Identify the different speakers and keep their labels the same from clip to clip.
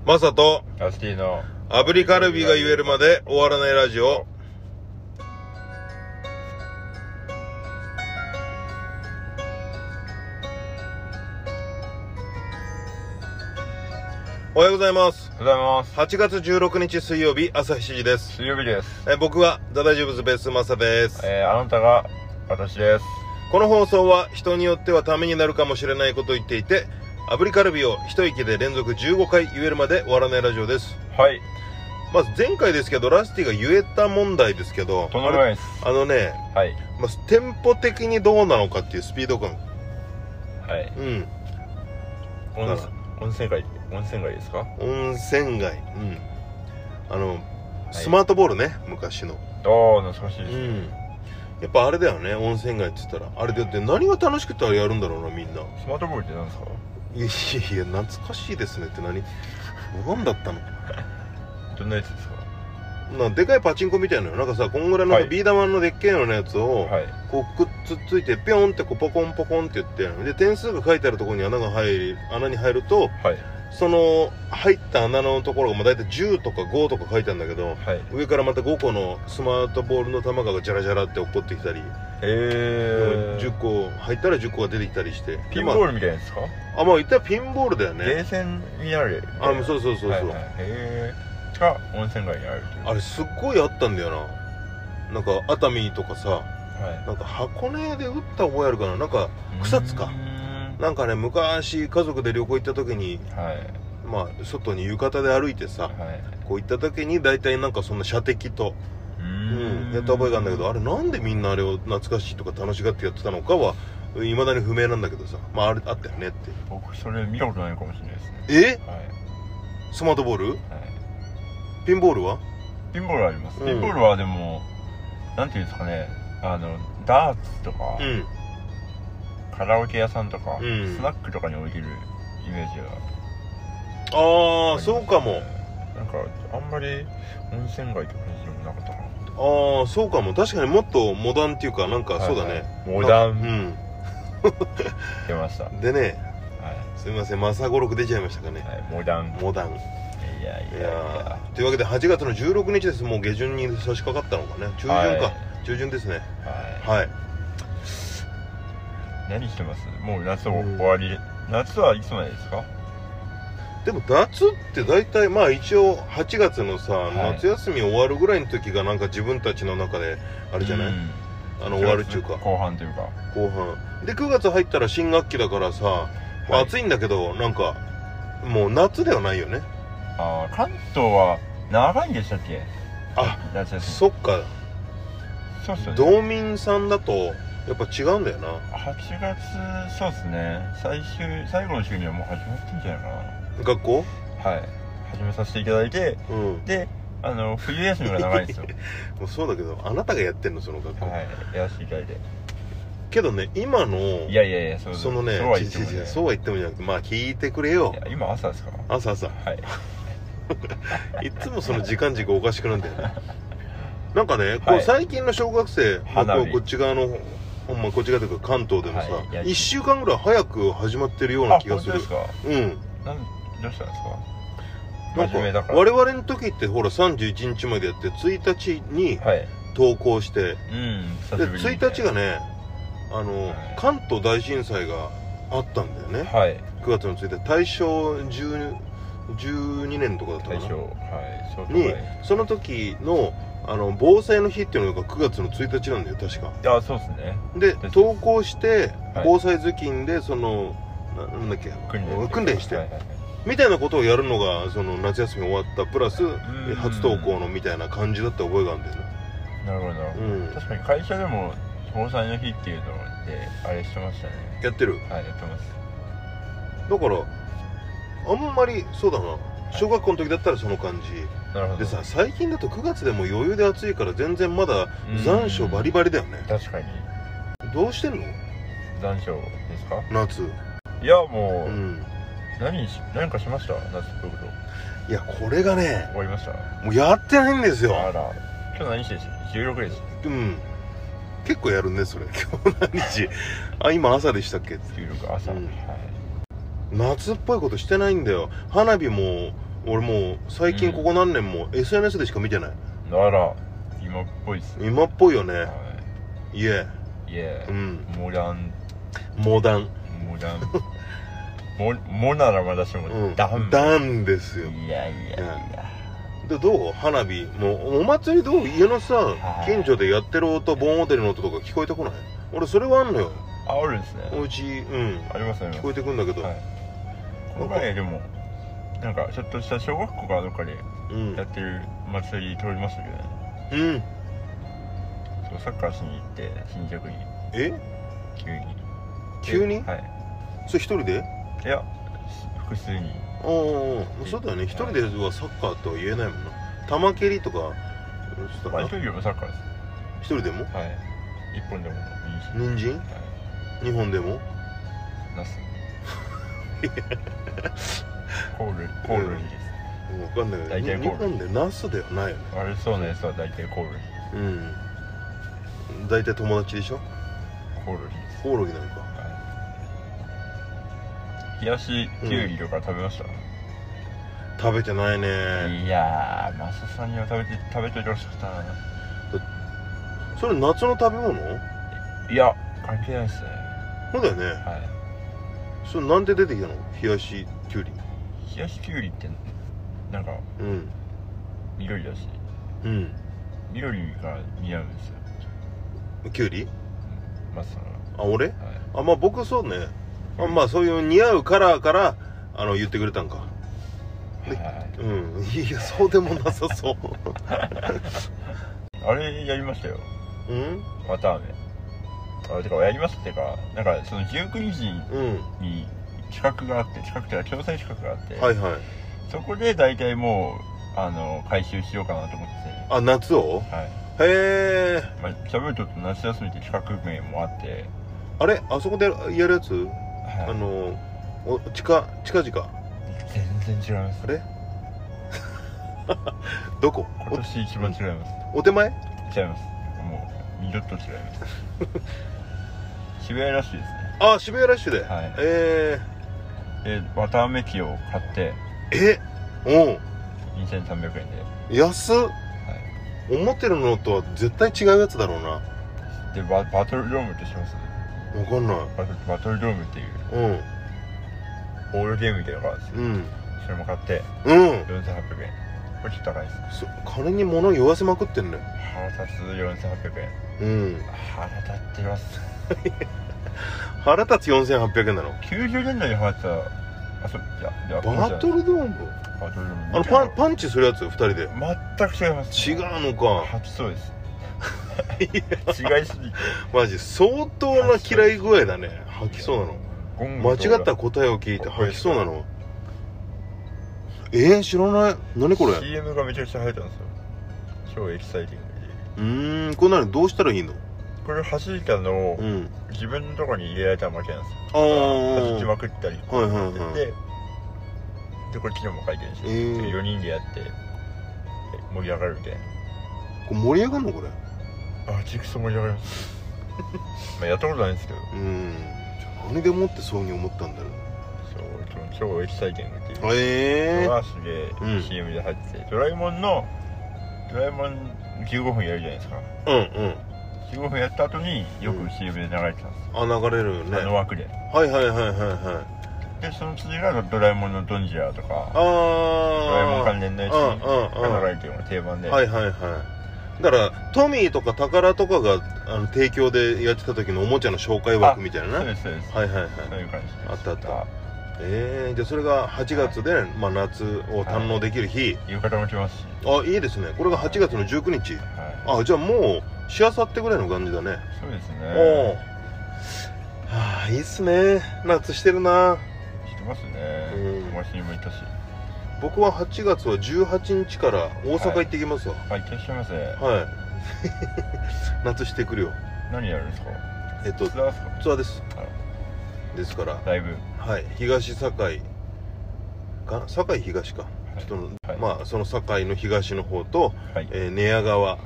Speaker 1: マサと
Speaker 2: アスティの
Speaker 1: 炙りカルビが言えるまで終わらないラジオ。おはようございます。
Speaker 2: おはようございます。
Speaker 1: 8月16日水曜日朝7時です。
Speaker 2: 水曜日です。
Speaker 1: 僕はダダジョブズベースマサです。
Speaker 2: あなたが私です。
Speaker 1: この放送は人によってはためになるかもしれないことを言っていて、炙りカルビを一息で連続15回言えるまで終わらないラジオです。
Speaker 2: はい。
Speaker 1: まず前回ですけど、ラスティが言えた問題ですけど、
Speaker 2: とんでもないです。
Speaker 1: はい、テンポ的にどうなのかっていうスピード感。
Speaker 2: はい。温泉街ですか？
Speaker 1: 温泉街。
Speaker 2: はい、
Speaker 1: スマートボールね、昔の。
Speaker 2: ああ、懐かしいですね。
Speaker 1: やっぱあれだよね、温泉街って言ったら。あれだって何が楽しくてあれやるんだろうな、みんな。
Speaker 2: スマートボールって何ですか？
Speaker 1: いや、懐かしいですねって何だったの？
Speaker 2: どんなやつですか？
Speaker 1: でかいパチンコみたいなのよ。なんかさ、こんぐらいのビー玉のでっけえのやつを、こうくっついてピョンってこうポコンポコンって言って、で点数が書いてあるところに穴に入ると、その入った穴のところがだいたい10とか5とか書いてあるんだけど、上からまた5個のスマートボールの球がジャラジャラって落っこってきたり、10個入ったら10個が出てきたりして、
Speaker 2: ピンボールみたいなやつですか？
Speaker 1: まあ言ったらピンボールだよね。
Speaker 2: ゲーセンにある。
Speaker 1: そう
Speaker 2: が温泉街にある。
Speaker 1: あれすっごいあったんだよな。なんか熱海とかさ、なんか箱根で打った覚えあるかな。なんか草津か。なんかね、昔家族で旅行行った時に、まあ外に浴衣で歩いてさ、こう行った時に大体なんかそんな射的とやった覚えがあるんだけど、あれなんでみんなあれを懐かしいとか楽しがってやってたのかは未だに不明なんだけどさ、まああれあったよねって。
Speaker 2: 僕それ見たことないかもしれないですね。
Speaker 1: スマートボール？ピンボールは？
Speaker 2: ピンボールあります。ピンボールはでもなんていうんですかね、ダーツとか、カラオケ屋さんとか、スナックとかに置いてるイメージが。
Speaker 1: ああ、そうかも。
Speaker 2: なんかあんまり温泉街って感じでもなかったな。
Speaker 1: ああ、そうかも。確かにもっとモダンっていうか、なんかそうだね。
Speaker 2: モダン。出ました。
Speaker 1: でね、すみません、マサ語録出ちゃいましたかね。
Speaker 2: モダン。いや
Speaker 1: というわけで8月の16日です。もう下旬に差し掛かったのかね。中旬ですね。
Speaker 2: 何してます？もう夏終わり。夏はいつまでですか？
Speaker 1: でも夏って大体まあ一応8月のさ、夏休み終わるぐらいの時がなんか自分たちの中であれじゃない？終わるっていうか
Speaker 2: 後半というか
Speaker 1: 後半で9月入ったら新学期だからさ、暑いんだけどなんかもう夏ではないよね。
Speaker 2: 関東は長いんでしたっけ？
Speaker 1: そっか。
Speaker 2: そうっすよね。
Speaker 1: 道民さんだとやっぱ違うんだよな。
Speaker 2: 8月、そうっすね。最後の週にはもう始まってんじゃないかな。
Speaker 1: 学校？
Speaker 2: 始めさせていただいて、で、冬休みが長いんですよ。
Speaker 1: もうそうだけど、あなたがやってんの、その学校。
Speaker 2: やらせていただいて。け
Speaker 1: どね、今の、そのね、そうは言ってもじゃなくて、まあ聞いてくれよ。
Speaker 2: 今朝ですか？
Speaker 1: 朝。いつもその時間軸おかしくなんだよね。なんかね、最近の小学生、こっち側の、こっち側というか関東でもさ、1週間ぐらい早く始まってるような気がする。
Speaker 2: どうしたんですか？
Speaker 1: なんか我々の時ってほら31日までやって1日に登校して、で1日がね、関東大震災があったんだよね。9月の1日、大正12年とかだったかな。にその時の防災の日っていうのが9月の1日なんだよ確か。
Speaker 2: そうですね。
Speaker 1: で登校して防災頭巾でそのなんだっけ訓練してみたいなことをやるのがその夏休み終わったプラス初登校のみたいな感じだった覚えがあるんだよね。
Speaker 2: なるほど。確かに会社でも防災の日っていうのであれしてましたね。
Speaker 1: やってる？
Speaker 2: やってます。
Speaker 1: だからあんまりそうだな、小学校の時だったらその感じでさ、最近だと9月でも余裕で暑いから全然まだ残暑バリバリだよね。
Speaker 2: 確かに。ど
Speaker 1: うしてんの？
Speaker 2: 残暑ですか？
Speaker 1: 夏。
Speaker 2: いやもう、何かしました？夏っぽいこと。
Speaker 1: いやこれがね、
Speaker 2: 終わりました？
Speaker 1: もうやってないんですよ。
Speaker 2: 今日何日です？ 16 日。
Speaker 1: 結構やるねそれ。今日何日？今朝でしたっけ
Speaker 2: ？16朝。
Speaker 1: 夏っぽいことしてないんだよ。花火も俺もう最近ここ何年も SNS でしか見てない。
Speaker 2: あら、今っぽいっすね。
Speaker 1: 今っぽいよね。
Speaker 2: はい、
Speaker 1: いえ。
Speaker 2: うん。モダン。モならまだしも、
Speaker 1: ダンですよ。
Speaker 2: いや。
Speaker 1: で、どう花火もうお祭りどう家のさ、近所でやってる音、盆踊りの音とか聞こえてこない？俺それはあんのよ。
Speaker 2: あるんですね。
Speaker 1: おうち、
Speaker 2: ありますね。
Speaker 1: 聞こえてくんだけど。
Speaker 2: この前でも、なんかちょっとした小学校かどっかでやってる祭り通りましたけどね。そう、サッカーしに行って、新宿に。急に？はい。
Speaker 1: それ一人で？
Speaker 2: いや、複数人。
Speaker 1: そうだよね。一人ではサッカーとは言えないもんな。玉蹴りとか。
Speaker 2: 一人でもサッカーです。
Speaker 1: 一人でも？
Speaker 2: はい。一本でも
Speaker 1: 人参？二本でも？
Speaker 2: ナス。コオロギです。
Speaker 1: わかんないけど、日本でナスではないよね。
Speaker 2: 悪そうなやつは大体コオロ
Speaker 1: ギ。大体友達でしょ？
Speaker 2: コオロギです。
Speaker 1: コオロギなのか。
Speaker 2: 冷やしきゅうりとか食べました？
Speaker 1: 食べてないね。
Speaker 2: いやー、マサさんには食べてほしかったな。
Speaker 1: それ夏の食べ物？
Speaker 2: いや、関係ないっすね。
Speaker 1: そうだよね。はい。それなんで出てきたの？冷やしきゅうり。
Speaker 2: 冷やしきゅうりってなんか緑だし、緑が似合うんですよ。
Speaker 1: きゅうり？
Speaker 2: マサさんは。
Speaker 1: あ、俺？あ、まあ僕そうね。まあそういう似合うカラーから言ってくれたんか。いや、そうでもなさそう。
Speaker 2: あれやりましたよ。綿あめ。てかやりますってか、なんかその19日に企画があって、企画っていうか共催企画があって、そこで大体もう回収しようかなと思って。
Speaker 1: あ、夏を？はい。へえ。
Speaker 2: まあ喋ると夏休みって企画名もあって。
Speaker 1: あれ、あそこでやるやつ？近々。
Speaker 2: 全然違います。
Speaker 1: あれ？どこ？
Speaker 2: 今年一番違います。
Speaker 1: お手前？
Speaker 2: 違います。もう二度と違います。渋谷ラッシュですね。
Speaker 1: あ、渋谷ラッシュで。
Speaker 2: はい。で、綿あめ機を買って。2300円で。
Speaker 1: 安っ。はい。思ってるのとは絶対違うやつだろうな。
Speaker 2: で、バトルドームって知ってます？
Speaker 1: わかんない。
Speaker 2: バトルドームっていう。ボールゲームみたいなのがあるんですよ。それも買って。4800円。これちょっと高いです。
Speaker 1: 金に物言わせまくってんね。
Speaker 2: 腹立つ4800円。腹立ってます。
Speaker 1: 腹立つ4800円なの。
Speaker 2: 90年代に流行った。
Speaker 1: バトルドーム？パンチするやつ2人で。
Speaker 2: 全く違います。
Speaker 1: 違うのか。
Speaker 2: 吐きそうです。違いすぎて。
Speaker 1: マジ相当な嫌い具合だね。吐きそうなの。間違った答えを聞いて吐きそうなの。知らない。何これ？
Speaker 2: CM がめちゃくちゃ流行ったんですよ。超エキサイティングで。
Speaker 1: これ何？どうしたらいいの？
Speaker 2: これ弾いたのを自分のところに入れられたわけなんですよ。弾きまくったりで、これ昨日も書いてるんですよ。4人でやって盛り上がるみたいな。
Speaker 1: これ盛り上がるのこれ？
Speaker 2: ジクソ盛り上がります。まあやったことないんですけど。
Speaker 1: 何でもってそうに思ったんだろう。
Speaker 2: 超エキサイティングっていうのがすげえ CM で入ってて、ドラえもん15分やるじゃないですか。15分やった後によく CM で流れてたんです。
Speaker 1: 流れるよね。
Speaker 2: 枠で。で、その次がドラえもんのドンジャーとか、ドラえもん関連のやつが流れてるのが定番で。
Speaker 1: だからトミーとか宝とかが提供でやってた時のおもちゃの紹介枠みたいなね。そうです。そういう感じ。あった。じゃあそれが8月で夏を堪能できる日。
Speaker 2: 浴衣も着ますし。
Speaker 1: いいですね。これが8月の19日。じゃあもうしあさってぐらいの感じだね。
Speaker 2: そうですね。
Speaker 1: いいっすね。夏してるな。
Speaker 2: してますね。友達にもいたし。
Speaker 1: 僕は8月は18日から大阪行ってきますわ。
Speaker 2: 行ってらっしゃいませ。
Speaker 1: 夏してくるよ。
Speaker 2: 何やるんですか？
Speaker 1: ツアーです。ですから
Speaker 2: だいぶ
Speaker 1: 東堺東か、ちょっとその堺の東の方と寝屋川、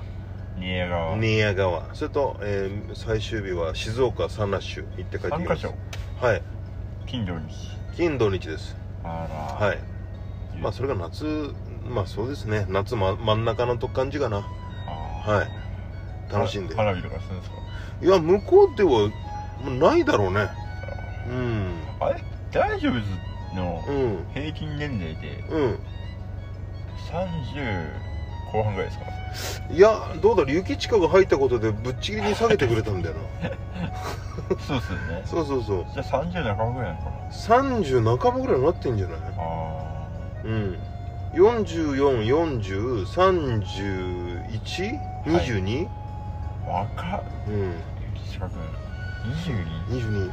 Speaker 1: それと最終日は静岡サンラッシュ行って帰ってきます。金土日です。 まあそれが夏、まあそうですね、夏、真ん中の感じかな。はい、楽しんで。
Speaker 2: 花火とかするんですか？
Speaker 1: いや、向こうではもうないだろうね。
Speaker 2: あれ大丈夫の平均年齢で30後半ぐらいですか？
Speaker 1: いや、どうだろう、雪地下が入ったことでぶっちぎりに下げてくれたんだよな。
Speaker 2: そうっすよね。
Speaker 1: そうそうそう。
Speaker 2: じゃあ30半ばぐらいなのかな。
Speaker 1: 30半ばぐらいになってんじゃない？44、40、31、22？
Speaker 2: 若っ。雪地下くん 22？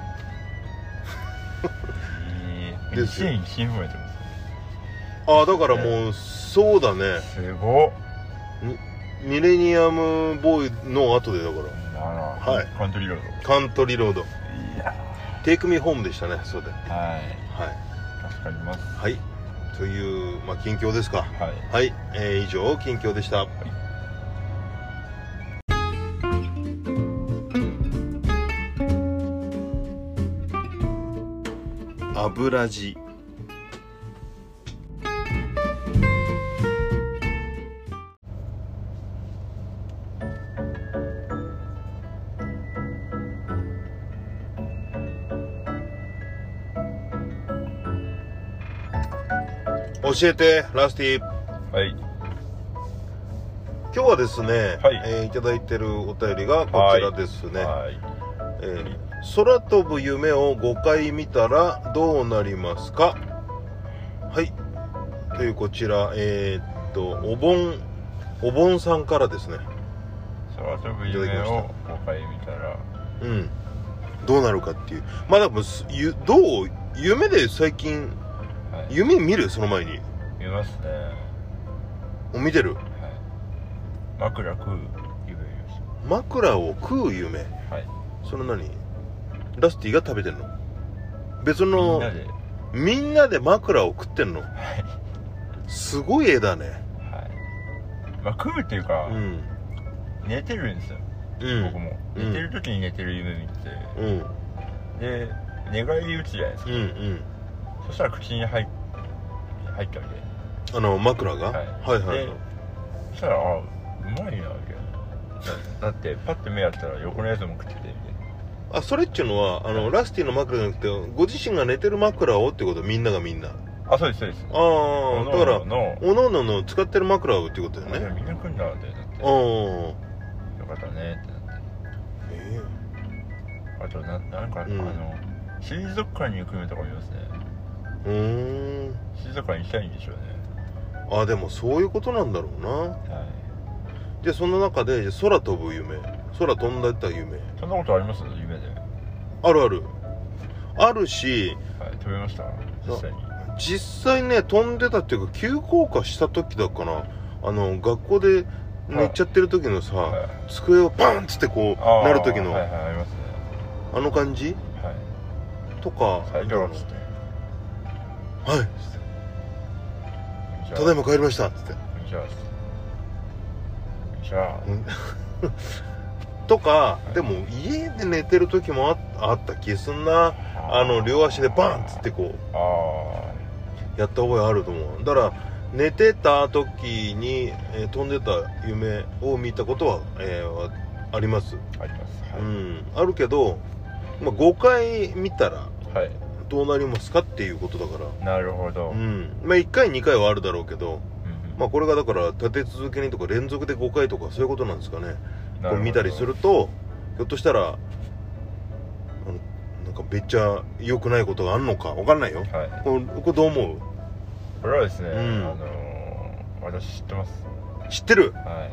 Speaker 2: 22。ですよ。2001年ぐらいってことですね。
Speaker 1: ああ、だからもうそうだね。
Speaker 2: すごっ。
Speaker 1: ミレニアムボーイの後でだから。
Speaker 2: はい。カントリーロード。
Speaker 1: カントリーロード。
Speaker 2: いや。
Speaker 1: テイクミーホームでしたね、そうで。
Speaker 2: はい。助かります。
Speaker 1: はい。という、まあ、近況ですか。はい。以上、近況でした。はい。油地。教えて、ラスティ。
Speaker 2: はい。
Speaker 1: 今日はですね、
Speaker 2: はい、
Speaker 1: いただいてるお便りがこちらですね。
Speaker 2: はい。
Speaker 1: 空飛ぶ夢を5回見たらどうなりますか？はい。というこちら、お盆さんからですね。
Speaker 2: 空飛ぶ夢を5回見たら、
Speaker 1: どうなるかっていう。まあでもどう夢で最近、夢見る？その前に
Speaker 2: 見ますね。
Speaker 1: 見てる？はい。
Speaker 2: 枕食う夢見ました。
Speaker 1: 枕を食う夢？はい。それ何？ラスティが食べてんの？別のみんなで枕を食ってんの？はい。すごい絵だね。
Speaker 2: はい。まあ食うっていうか、寝てるんですよ。僕も寝てる時に寝てる夢見て、で寝返り打つじゃないですか。そしたら口に入ったみたいな。
Speaker 1: 枕が？はいはい。
Speaker 2: でそしたらうまいなみたいな。だってパッて目やったら横のやつも食っててみたい
Speaker 1: な。それっちゅうのはラスティの枕じゃなくてご自身が寝てる枕をってこと？みんながみんな。
Speaker 2: そうですそうです。だから
Speaker 1: おのおのの使ってる枕をってことだよね。
Speaker 2: みんな来んだってなって。よかったねってなって。あとなんか水族館に行く夢とか見ますね。水族館行きたいんでしょうね。
Speaker 1: でもそういうことなんだろうな。はい。でその中で空飛ぶ夢、空飛んでた夢。
Speaker 2: そんなことあります？夢で。
Speaker 1: あるし。
Speaker 2: はい。飛びました？
Speaker 1: 実際ね、飛んでたっていうか急降下した時だかな。学校で寝ちゃってる時のさ、机をパンっつってこうなる時の、
Speaker 2: ありますね。
Speaker 1: あの感じ、とか、
Speaker 2: 最強っつって、
Speaker 1: はい、ただいま帰りましたっつって、とか。でも家で寝てる時もあった気すんな。両足でバンっつってこうやった覚えあると思う。だから寝てた時に、飛んでた夢を見たことは、あります。あるけど、5回見たらどうなりますかっていうことだから。な
Speaker 2: るほど。
Speaker 1: 1回2回はあるだろうけど、これがだから立て続けにとか連続で5回とかそういうことなんですかね。こう見たりするとひょっとしたらなんかめっちゃ良くないことがあるのか分かんないよ。これどう思う？
Speaker 2: これはですね、私知ってます。
Speaker 1: 知ってる？
Speaker 2: はい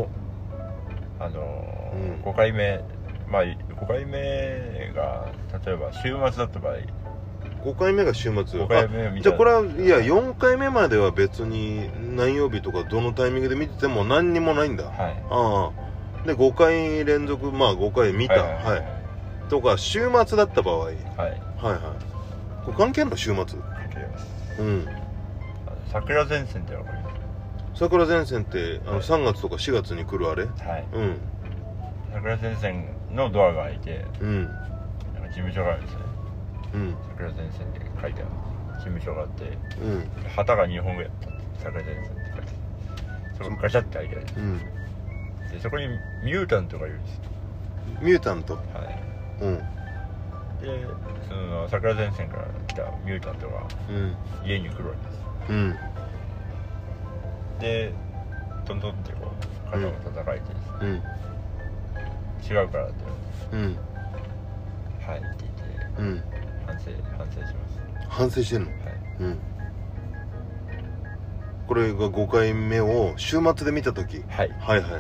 Speaker 2: 。5回目、5回目が例えば週末だった場合、
Speaker 1: 5回目が週末。
Speaker 2: 5回目を見
Speaker 1: た。じゃあこれはいや4回目までは別に何曜日とかどのタイミングで見てても何にもないんだ。で5回連続5回見たとか週末だった場合、これ関係あるの？週末関係あります。
Speaker 2: 桜前線ってわかります？
Speaker 1: 桜前線って3月とか4月に来るあれ？
Speaker 2: 桜前線のドアが開いて、なんか事務所があるんですね。桜前線で書いてある。 事務所があって、旗が2本ぐらいあった。桜前線って書いて、そこガチャって開いてある、でそこにミュータントがいるんですよ。
Speaker 1: ミュータント、はい、
Speaker 2: でその桜前線から来たミュータントが家に来るわけです、でどんどんってこう肩を叩かれてです、違うからって言われて、はいって言って、反省します。
Speaker 1: 反省してんの？はい、これが5回目を週末で見た時、はいはいはいはい、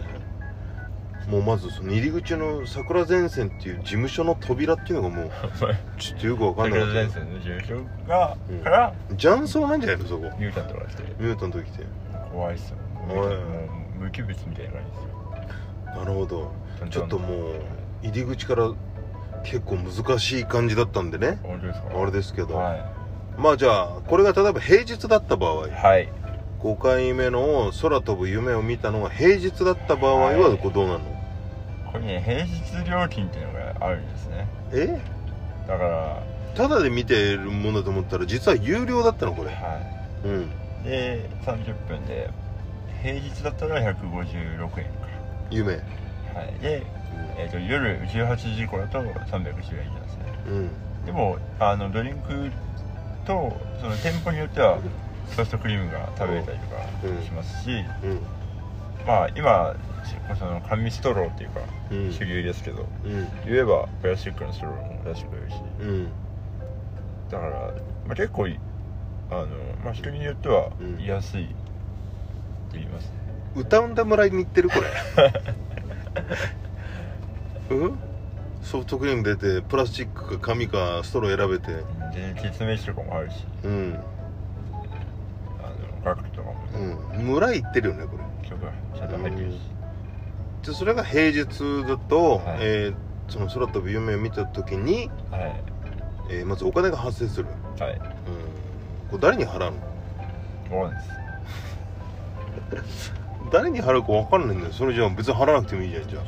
Speaker 1: もうまずその入り口の桜前線っていう事務所の扉っていうのがもうちょっとよくわかんない。
Speaker 2: 桜前線の事務所が、から
Speaker 1: 雀荘なんじゃないのそこ。
Speaker 2: ミュータントが来て、
Speaker 1: ミュータント来て
Speaker 2: 怖いっすよ。もう無機物みたいな感じですよ。
Speaker 1: なるほど。ちょっともう入り口から結構難しい感じだったんでね。
Speaker 2: 本当ですか？
Speaker 1: あれですけど、まあじゃあこれが例えば平日だった場合、5回目の空飛ぶ夢を見たのが平日だった場合はこれどうなるの？
Speaker 2: これね、平日料金っていうのがあるんですね。だから
Speaker 1: ただで見てるものだと思ったら実は有料だったのこれ。
Speaker 2: で30分で平日だったら156円か
Speaker 1: 夢。
Speaker 2: で、夜18時以降だと310円なんですね。でもドリンクとその店舗によってはソフトクリームが食べれたりとかしますし、まあ今その紙ストローっていうか主流ですけど、言えばプラスチックのストローも出してくれるし、だから、まあ、結構まあ、人によっては安いって言いますね。
Speaker 1: 歌うんだ村に行ってるこれソフトクリーム出てプラスチックか紙かストロー選べて、
Speaker 2: 実名詞とかもあるし、額とかも、
Speaker 1: 村行ってるよねこれ。
Speaker 2: 曲がちゃんと入ってるし、
Speaker 1: でそれが平日だと、その空飛ぶ夢を見た時に、まずお金が発生する。これ誰に払うの？
Speaker 2: そうなんです
Speaker 1: 誰に払うか分かんないんだよ。それじゃあ別に払わなくてもいいじゃん。じゃあ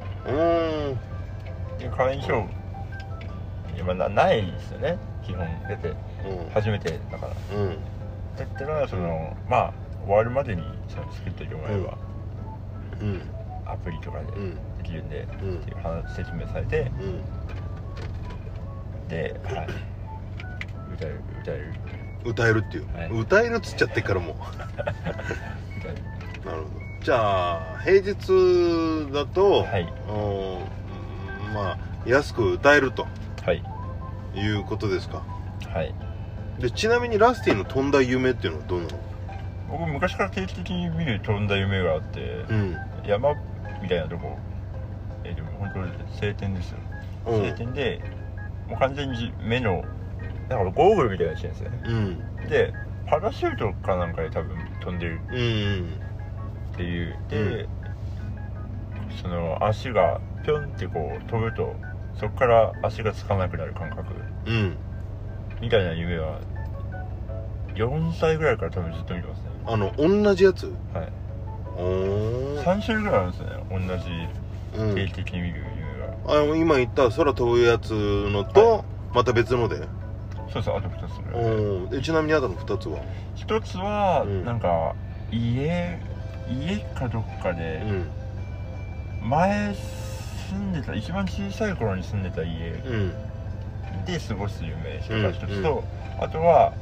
Speaker 2: で会員証今ないですよね基本。出て初めてだから、だったらその、まあ終わるまでに作っておいてもらえば、アプリとかでできるんで、っていう話説明されて、で、
Speaker 1: 歌えるっていう、歌えるっつっちゃってっからもうなるほど。じゃあ平日だと、まあ安く歌えると、いうことですか。でちなみにラスティの飛んだ夢っていうのはどうなの？
Speaker 2: 僕昔から定期的に見る飛んだ夢があって、山みたいなとこ、でも本当に晴天ですよ。晴天でもう完全に目のだからゴーグルみたいなやつですね、でパラシュートかなんかで多分飛んでるっていう、で、その足がピョンってこう飛ぶとそこから足がつかなくなる感覚、みたいな夢は4歳ぐらいから多分ずっと見てますね。
Speaker 1: 同じやつ
Speaker 2: ？3種類ぐらいあるんですね、同じ定期的に見る夢が。
Speaker 1: 今言った空飛ぶやつのと、また別ので。
Speaker 2: そうです、あと2つぐらい。
Speaker 1: ちなみにあとの2つは
Speaker 2: ？1つは、なんか家かどっかで、前住んでた一番小さい頃に住んでた家で過ごす夢が1つと、あとは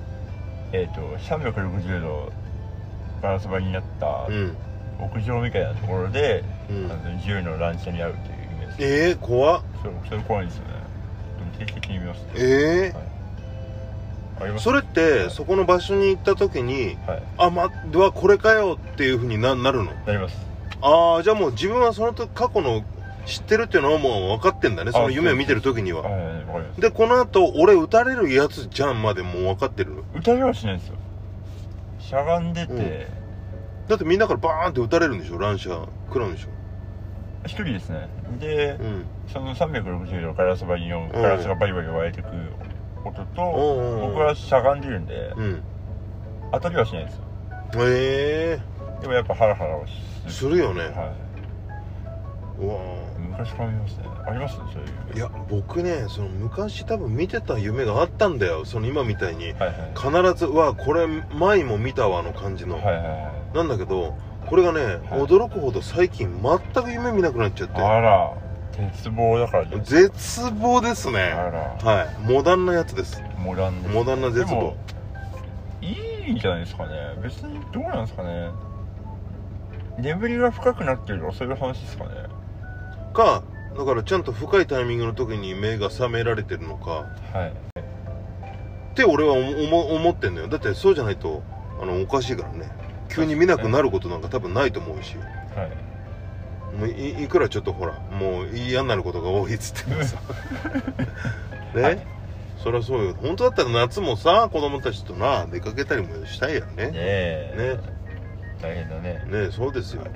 Speaker 2: 360度ガラス張りになった屋上みたいなところで、銃の乱射に遭うという夢です。
Speaker 1: 怖っ。
Speaker 2: それ怖いですよね。定期的に見ますね。
Speaker 1: それって、そこの場所に行った時に、これかよっていうふうになるの？
Speaker 2: なります。
Speaker 1: じゃあもう自分はその時過去の知ってるっていうのはもう分かってんだね、その夢を見てる時には。でこの後俺撃たれるやつじゃんまでもう分かってる。
Speaker 2: 撃たれはしないんですよ。しゃがんでて、
Speaker 1: だってみんなからバーンって撃たれるんでしょ、乱射食らうんでしょ。
Speaker 2: 一人ですね。で、その360度ガラス張りのガラスがバリバリ割れてく音と、僕はしゃがんでるんで、当たりはしないんですよ。でもやっぱハラハラはす
Speaker 1: るよね。
Speaker 2: 昔から見ますね。ありますね、そういう夢。
Speaker 1: いや僕ね、その昔多分見てた夢があったんだよ。その今みたいに、必ずこれ前も見たわの感じの、なんだけどこれがね、驚くほど最近全く夢見なくなっちゃって。
Speaker 2: あら、絶望だからね。
Speaker 1: 絶望ですね。はい、モダンなやつです。モダンな絶望。
Speaker 2: いいんじゃないですかね。別にどうなんですかね。眠りが深くなってるとかそういう話ですかね。
Speaker 1: か、だからちゃんと深いタイミングの時に目が覚められてるのか、って俺は思ってんのよ。だってそうじゃないとおかしいからね。急に見なくなることなんか多分ないと思うし、もう いくらちょっとほらもう嫌になることが多いっつってもさね、そりゃそうよ。本当だったら夏もさ、子供たちとな出かけたりもしたいよね。ね、
Speaker 2: 大変だね。
Speaker 1: ね、そうですよ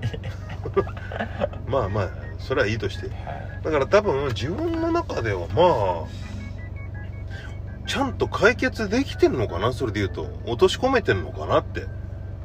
Speaker 1: まあまあそれはいいとして、だから多分自分の中ではまあちゃんと解決できてるのかな。それで言うと落とし込めてるのかなって。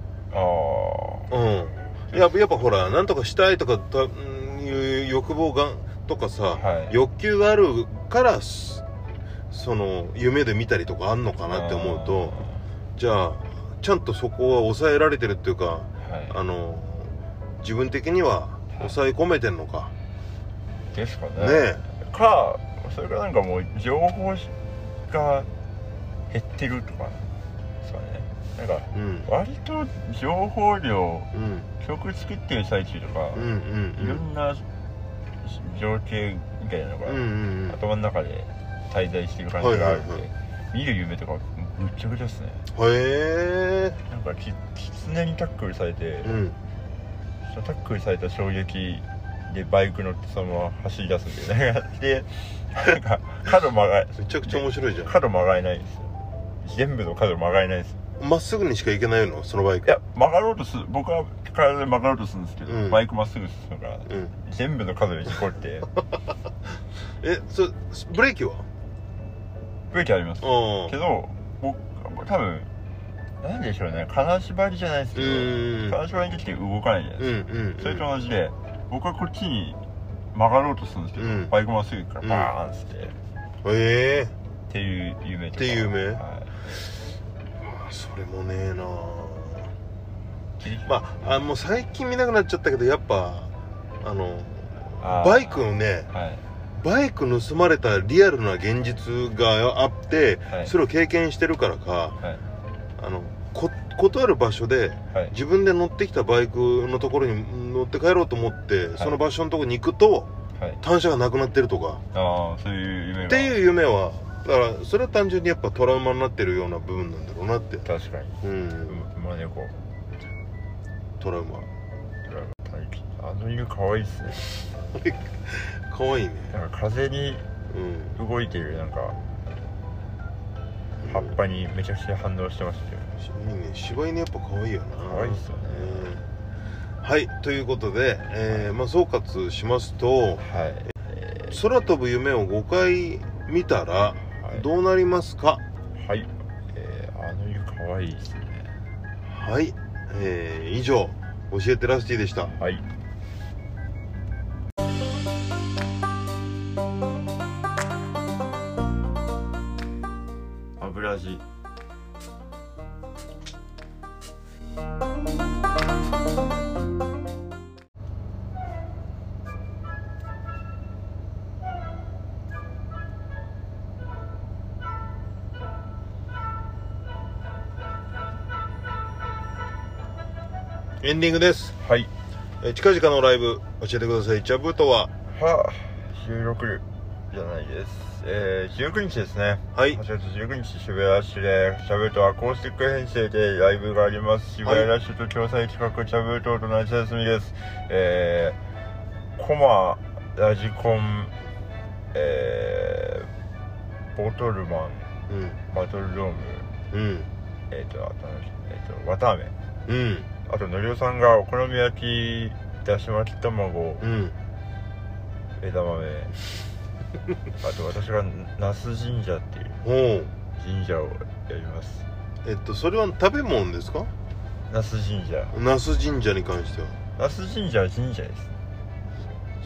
Speaker 1: やっぱほらなんとかしたいとかいう欲望がとかさ、欲求があるからその夢で見たりとかあんのかなって思うと、じゃあちゃんとそこは抑えられてるっていうか、自分的には抑え込めてんのか
Speaker 2: ですかね。かそれかなんかもう情報が減ってるとかですかね。なんか、割と情報量、曲作ってる最中とか、いろんな情景みたいなのが、頭の中で滞在してる感じがあるんで、見る夢とかむっちゃくちゃですね。なんかキツネにタックルされて、そのタックルされた衝撃でバイク乗ってそのまま走り出すんで、なんか角曲が
Speaker 1: めちゃくちゃ面白いじゃん。
Speaker 2: 角曲がれないんですよ。全部の角曲がれないです。
Speaker 1: まっすぐにしか行けないの、そのバイク。
Speaker 2: いや、曲がろうとする、僕は体で曲がろうとするんですけど、バイクまっすぐ進むから、全部の角に事故って
Speaker 1: ブレーキは？
Speaker 2: ブレーキありますけど、僕多分なんでしょうね、金縛りじゃないですけど、金縛りにできて動かないじゃないですか。それと同じで、僕はこっちに曲がろうとするんですけど、バイクまっすぐ行くからバーンってっていう夢とか。っていう夢？
Speaker 1: それもねえな。まあもう最近見なくなっちゃったけど、やっぱバイクのね、バイク盗まれたリアルな現実があって、それを経験してるからか、断る場所で、自分で乗ってきたバイクのところに乗って帰ろうと思って、その場所のところに行くと、単車がなくなってるとか、
Speaker 2: そういう夢が
Speaker 1: っていう夢は、だからそれは単純にやっぱトラウマになってるような部分なんだろうなって。
Speaker 2: 確かに。馬猫
Speaker 1: トラウマ。
Speaker 2: 犬可愛いっすね。
Speaker 1: 可愛いね。
Speaker 2: なんか風に動いてるなんか葉っぱにめちゃくちゃ反応してましたよ。
Speaker 1: いいね。柴犬やっぱ可愛いよな。
Speaker 2: 可愛いっすよね。
Speaker 1: はい、ということで、総括しますと、空飛ぶ夢を5回見たらどうなりますか？
Speaker 2: はい、犬可愛いですね。
Speaker 1: はい、以上教えてラスティでした。
Speaker 2: はい。油味。
Speaker 1: エンディングです。
Speaker 2: はい。
Speaker 1: 近々のライブ教えてください。ジャブとは
Speaker 2: 16じゃないです。19日ですね。
Speaker 1: はい。
Speaker 2: 8月19日渋谷市でジャブとアコースティック編成でライブがあります。渋谷ラッシュと共催企画ジャブと夏休みです。コマラジコン、ボトルマン、バトルドーム、わたあめ、あとのりおさんがお好み焼き、だし巻き卵、枝豆あと私が那須神社っていう神社をやります。
Speaker 1: それは食べ物ですか？
Speaker 2: 那須神社。
Speaker 1: 那須神社に関しては
Speaker 2: 那須神社は神社です。
Speaker 1: そ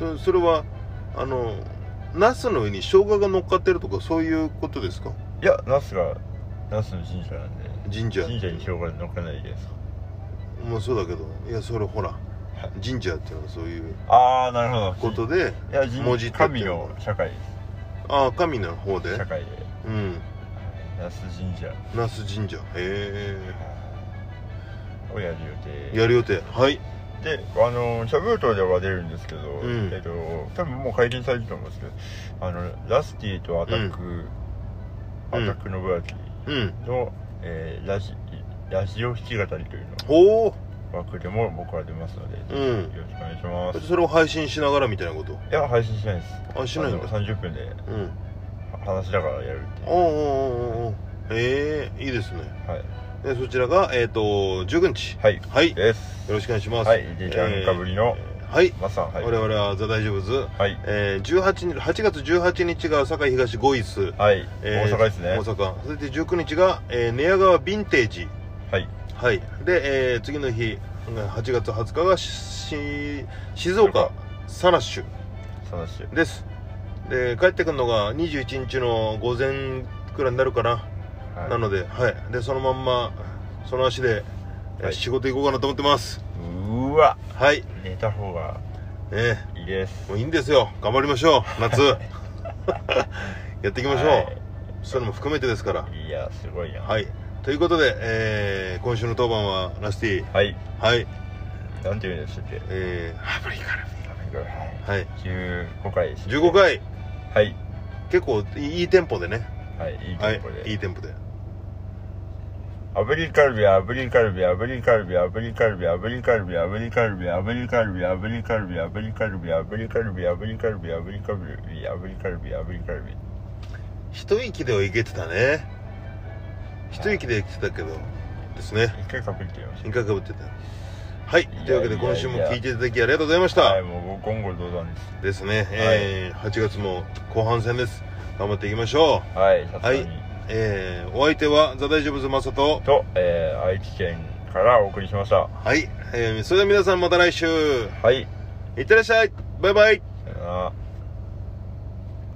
Speaker 1: それはナスの上に生姜が乗っかってるとかそういうことですか？
Speaker 2: いや、ナスの神社なんで神社に生姜乗っかないです。
Speaker 1: まあそうだけど、いやそれほら神社っていうのはそういう
Speaker 2: なるほど
Speaker 1: ことで
Speaker 2: 文字神の社会です。
Speaker 1: 神の方で
Speaker 2: 社会で那須神社
Speaker 1: へえ
Speaker 2: をやる
Speaker 1: 予定はい
Speaker 2: で、茶封筒では出るんですけど、多分もう解禁されてると思うんですけど、ラスティとアタック信明の、ラジオ弾き語りというの枠でも僕は出ますので、よろしくお願いします。
Speaker 1: それを配信しながらみたいなこと？い
Speaker 2: や、配信しないです。
Speaker 1: しないんだ。
Speaker 2: 30分で話しながらやるっていう。
Speaker 1: いいですね。
Speaker 2: はい。
Speaker 1: でそちらが19日
Speaker 2: はいです。
Speaker 1: よろしくお願いします。
Speaker 2: はい。でちゃんかぶりのマさん。
Speaker 1: 我々はザ・大丈夫ズ。8月18日が堺東ゴイス。
Speaker 2: はい。大阪ですね。
Speaker 1: 大阪。それで19日が寝屋川ヴィンテージ。はい。で次の日8月20日が静岡サナッシュです。で帰ってくるのが21日の午前くらいになるかな。なので、でそのまんまその足で仕事行こうかなと思ってます。
Speaker 2: うわ、
Speaker 1: 寝
Speaker 2: た方がいいです。
Speaker 1: もういいんですよ。頑張りましょう。夏やっていきましょう。それも含めてですから。
Speaker 2: いや、すごいな。
Speaker 1: ということで、今週の当番はラスティ。
Speaker 2: なんていうんでしたっけ？
Speaker 1: ハブリカル。
Speaker 2: 15回です。
Speaker 1: 15回。結構いいテンポでね。いいテンポで。
Speaker 2: 炙りカルビ、炙りカルビ、炙りカルビ、炙りカルビ、炙りカルビ、炙りカルビ、炙りカルビ、炙りカルビ、炙りカルビ、炙りカルビ、炙りカルビ、炙りカルビ、炙りカルビ、炙りカルビ。
Speaker 1: 一息ではいけてたね。一息でいけてたけどですね。
Speaker 2: 一回かぶってました。
Speaker 1: 一回かぶってた。というわけで今週も聞いていただきありがとうございました。
Speaker 2: もう今後どうぞ
Speaker 1: ですね。8月も後半戦です。頑張っていきましょう。お相手はザ・大丈夫ズマサト
Speaker 2: と、愛知県からお送りしました。
Speaker 1: それでは皆さんまた来週。いってらっしゃい。バイバイ。
Speaker 2: さよなら。